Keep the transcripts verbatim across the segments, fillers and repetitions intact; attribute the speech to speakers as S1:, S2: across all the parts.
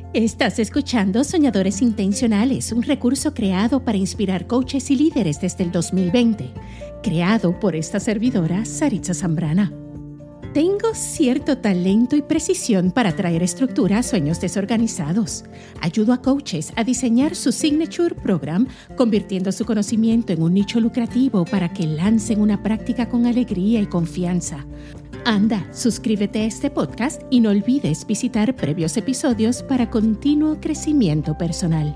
S1: Estás escuchando Soñadores Intencionales, un recurso creado para inspirar coaches y líderes desde el dos mil veinte, creado por esta servidora, Saritza Zambrana. Tengo cierto talento y precisión para traer estructura a sueños desorganizados. Ayudo a coaches a diseñar su Signature Program, convirtiendo su conocimiento en un nicho lucrativo para que lancen una práctica con alegría y confianza. Anda, suscríbete a este podcast y no olvides visitar previos episodios para continuo crecimiento personal.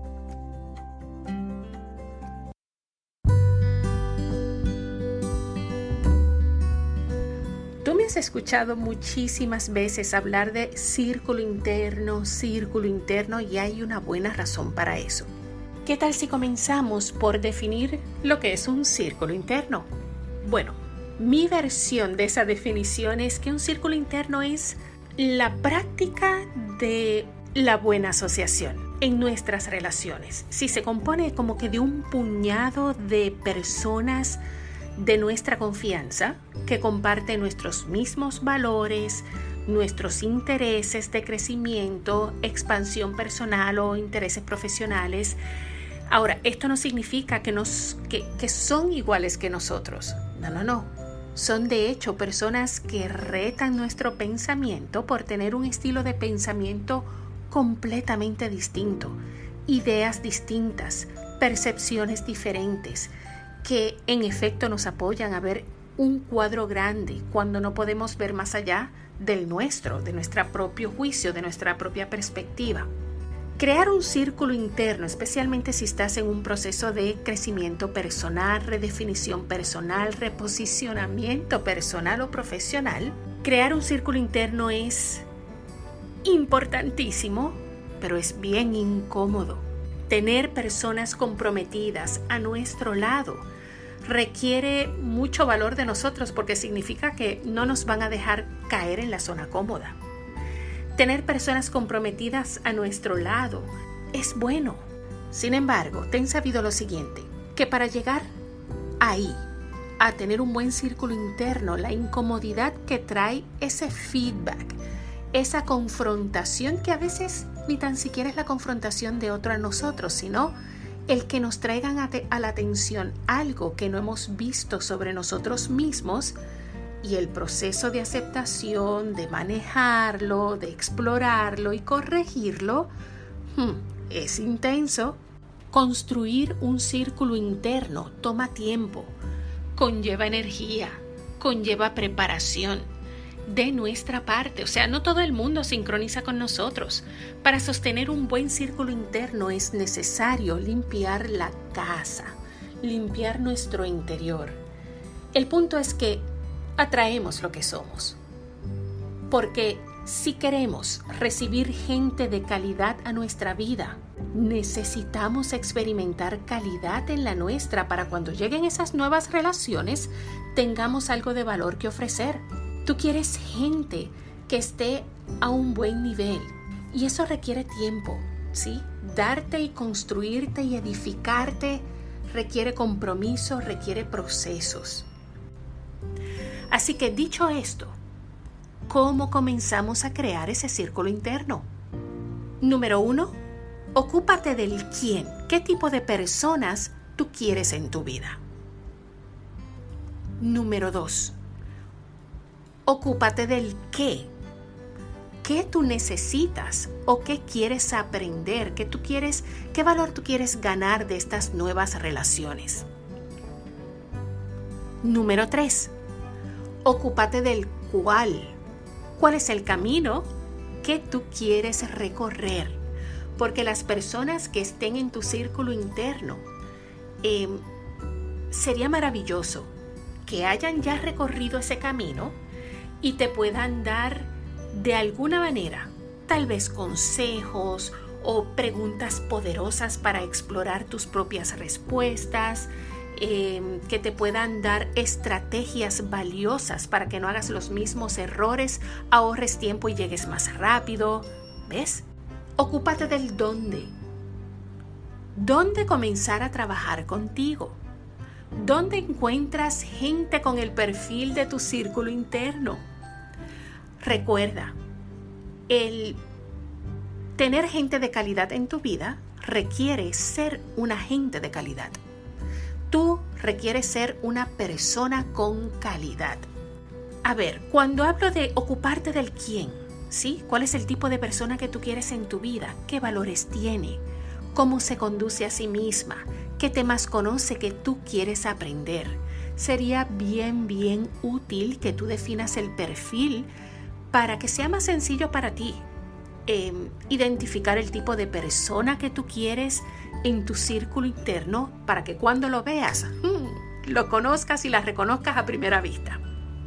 S1: Tú me has escuchado muchísimas veces hablar de círculo interno, círculo interno, y hay una buena razón para eso. ¿Qué tal si comenzamos por definir lo que es un círculo interno? Bueno, mi versión de esa definición es que un círculo interno es la práctica de la buena asociación en nuestras relaciones. Si se compone como que de un puñado de personas de nuestra confianza que comparten nuestros mismos valores, nuestros intereses de crecimiento, expansión personal o intereses profesionales. Ahora, esto no significa que, nos, que, que son iguales que nosotros. No, no, no. Son de hecho personas que retan nuestro pensamiento por tener un estilo de pensamiento completamente distinto, ideas distintas, percepciones diferentes, que en efecto nos apoyan a ver un cuadro grande cuando no podemos ver más allá del nuestro, de nuestro propio juicio, de nuestra propia perspectiva. Crear un círculo interno, especialmente si estás en un proceso de crecimiento personal, redefinición personal, reposicionamiento personal o profesional, crear un círculo interno es importantísimo, pero es bien incómodo. Tener personas comprometidas a nuestro lado requiere mucho valor de nosotros porque significa que no nos van a dejar caer en la zona cómoda. Tener personas comprometidas a nuestro lado es bueno. Sin embargo, ten sabido lo siguiente, que para llegar ahí, a tener un buen círculo interno, la incomodidad que trae ese feedback, esa confrontación que a veces ni tan siquiera es la confrontación de otro a nosotros, sino el que nos traigan a, te- a la atención algo que no hemos visto sobre nosotros mismos, y el proceso de aceptación, de manejarlo, de explorarlo y corregirlo, hmm, es intenso. Construir un círculo interno toma tiempo, conlleva energía, conlleva preparación de nuestra parte. O sea, no todo el mundo sincroniza con nosotros. Para sostener un buen círculo interno es necesario limpiar la casa, limpiar nuestro interior. El punto es que atraemos lo que somos, porque si queremos recibir gente de calidad a nuestra vida, necesitamos experimentar calidad en la nuestra para cuando lleguen esas nuevas relaciones tengamos algo de valor que ofrecer. Tú quieres gente que esté a un buen nivel y eso requiere tiempo, ¿sí? Darte y construirte y edificarte requiere compromiso, requiere procesos. Así que dicho esto, ¿cómo comenzamos a crear ese círculo interno? Número uno, ocúpate del quién, qué tipo de personas tú quieres en tu vida. Número dos, ocúpate del qué, qué tú necesitas o qué quieres aprender, qué tú quieres, qué valor tú quieres ganar de estas nuevas relaciones. Número tres, ocúpate del cuál. ¿Cuál es el camino que tú quieres recorrer? Porque las personas que estén en tu círculo interno, eh, sería maravilloso que hayan ya recorrido ese camino y te puedan dar de alguna manera, tal vez consejos o preguntas poderosas para explorar tus propias respuestas, Eh, que te puedan dar estrategias valiosas para que no hagas los mismos errores, ahorres tiempo y llegues más rápido. ¿Ves? Ocúpate del dónde. ¿Dónde comenzar a trabajar contigo? ¿Dónde encuentras gente con el perfil de tu círculo interno? Recuerda, el tener gente de calidad en tu vida requiere ser un agente de calidad. Tú requieres ser una persona con calidad. A ver, cuando hablo de ocuparte del quién, ¿sí? ¿Cuál es el tipo de persona que tú quieres en tu vida? ¿Qué valores tiene? ¿Cómo se conduce a sí misma? ¿Qué temas conoce que tú quieres aprender? Sería bien, bien útil que tú definas el perfil para que sea más sencillo para ti eh, identificar el tipo de persona que tú quieres en tu círculo interno para que cuando lo veas, hmm, lo conozcas y la reconozcas a primera vista.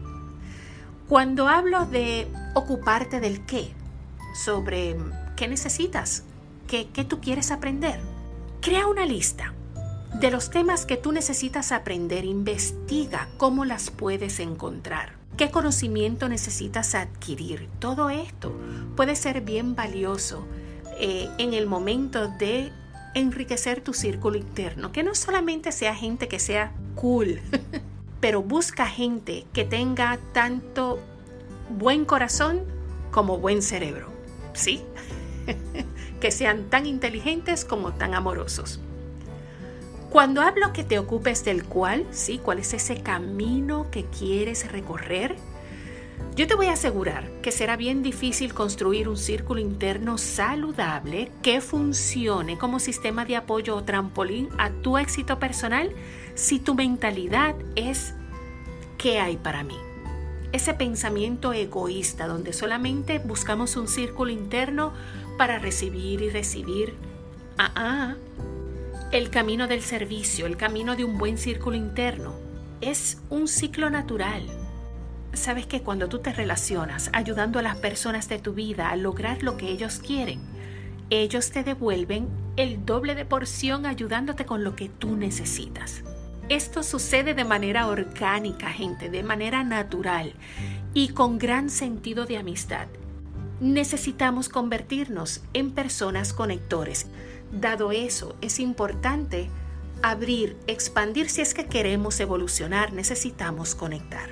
S1: Cuando hablo de ocuparte del qué, sobre qué necesitas, qué, qué tú quieres aprender, crea una lista de los temas que tú necesitas aprender, investiga cómo las puedes encontrar, qué conocimiento necesitas adquirir. Todo esto puede ser bien valioso eh, en el momento de enriquecer tu círculo interno, que no solamente sea gente que sea cool, pero busca gente que tenga tanto buen corazón como buen cerebro, ¿sí? Que sean tan inteligentes como tan amorosos. Cuando hablo que te ocupes del cuál, ¿sí? ¿Cuál es ese camino que quieres recorrer? Yo te voy a asegurar que será bien difícil construir un círculo interno saludable que funcione como sistema de apoyo o trampolín a tu éxito personal si tu mentalidad es ¿qué hay para mí? Ese pensamiento egoísta donde solamente buscamos un círculo interno para recibir y recibir. Ah, ah. El camino del servicio, el camino de un buen círculo interno, es un ciclo natural. Sabes que cuando tú te relacionas ayudando a las personas de tu vida a lograr lo que ellos quieren, ellos te devuelven el doble de porción ayudándote con lo que tú necesitas. Esto sucede de manera orgánica, gente, de manera natural y con gran sentido de amistad. Necesitamos convertirnos en personas conectores. Dado eso, es importante abrir, expandir. Si es que queremos evolucionar, necesitamos conectar.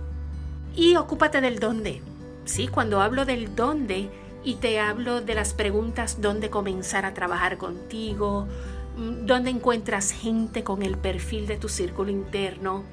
S1: Y ocúpate del dónde. ¿Sí? Cuando hablo del dónde y te hablo de las preguntas, dónde comenzar a trabajar contigo, dónde encuentras gente con el perfil de tu círculo interno,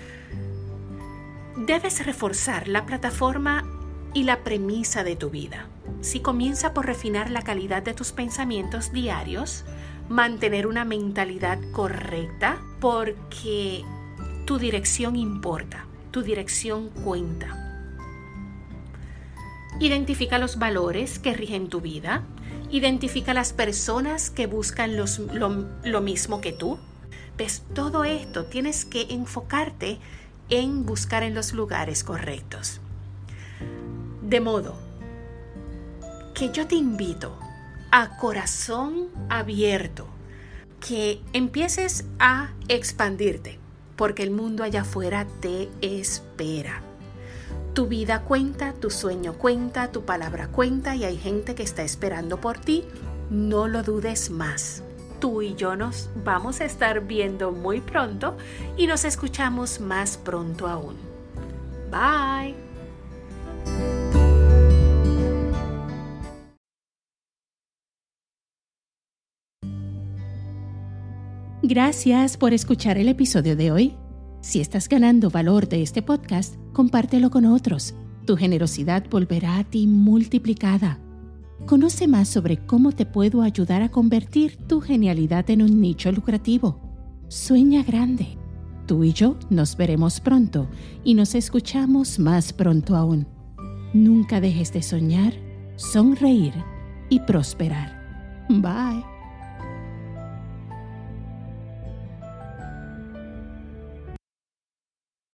S1: debes reforzar la plataforma y la premisa de tu vida. Si comienza por refinar la calidad de tus pensamientos diarios, mantener una mentalidad correcta, porque tu dirección importa, tu dirección cuenta. Identifica los valores que rigen tu vida. Identifica las personas que buscan los, lo, lo mismo que tú. ¿Ves? Todo esto tienes que enfocarte en buscar en los lugares correctos. De modo que yo te invito a corazón abierto que empieces a expandirte, porque el mundo allá afuera te espera. Tu vida cuenta, tu sueño cuenta, tu palabra cuenta y hay gente que está esperando por ti. No lo dudes más. Tú y yo nos vamos a estar viendo muy pronto y nos escuchamos más pronto aún. Bye.
S2: Gracias por escuchar el episodio de hoy. Si estás ganando valor de este podcast, compártelo con otros. Tu generosidad volverá a ti multiplicada. Conoce más sobre cómo te puedo ayudar a convertir tu genialidad en un nicho lucrativo. Sueña grande. Tú y yo nos veremos pronto y nos escuchamos más pronto aún. Nunca dejes de soñar, sonreír y prosperar. Bye.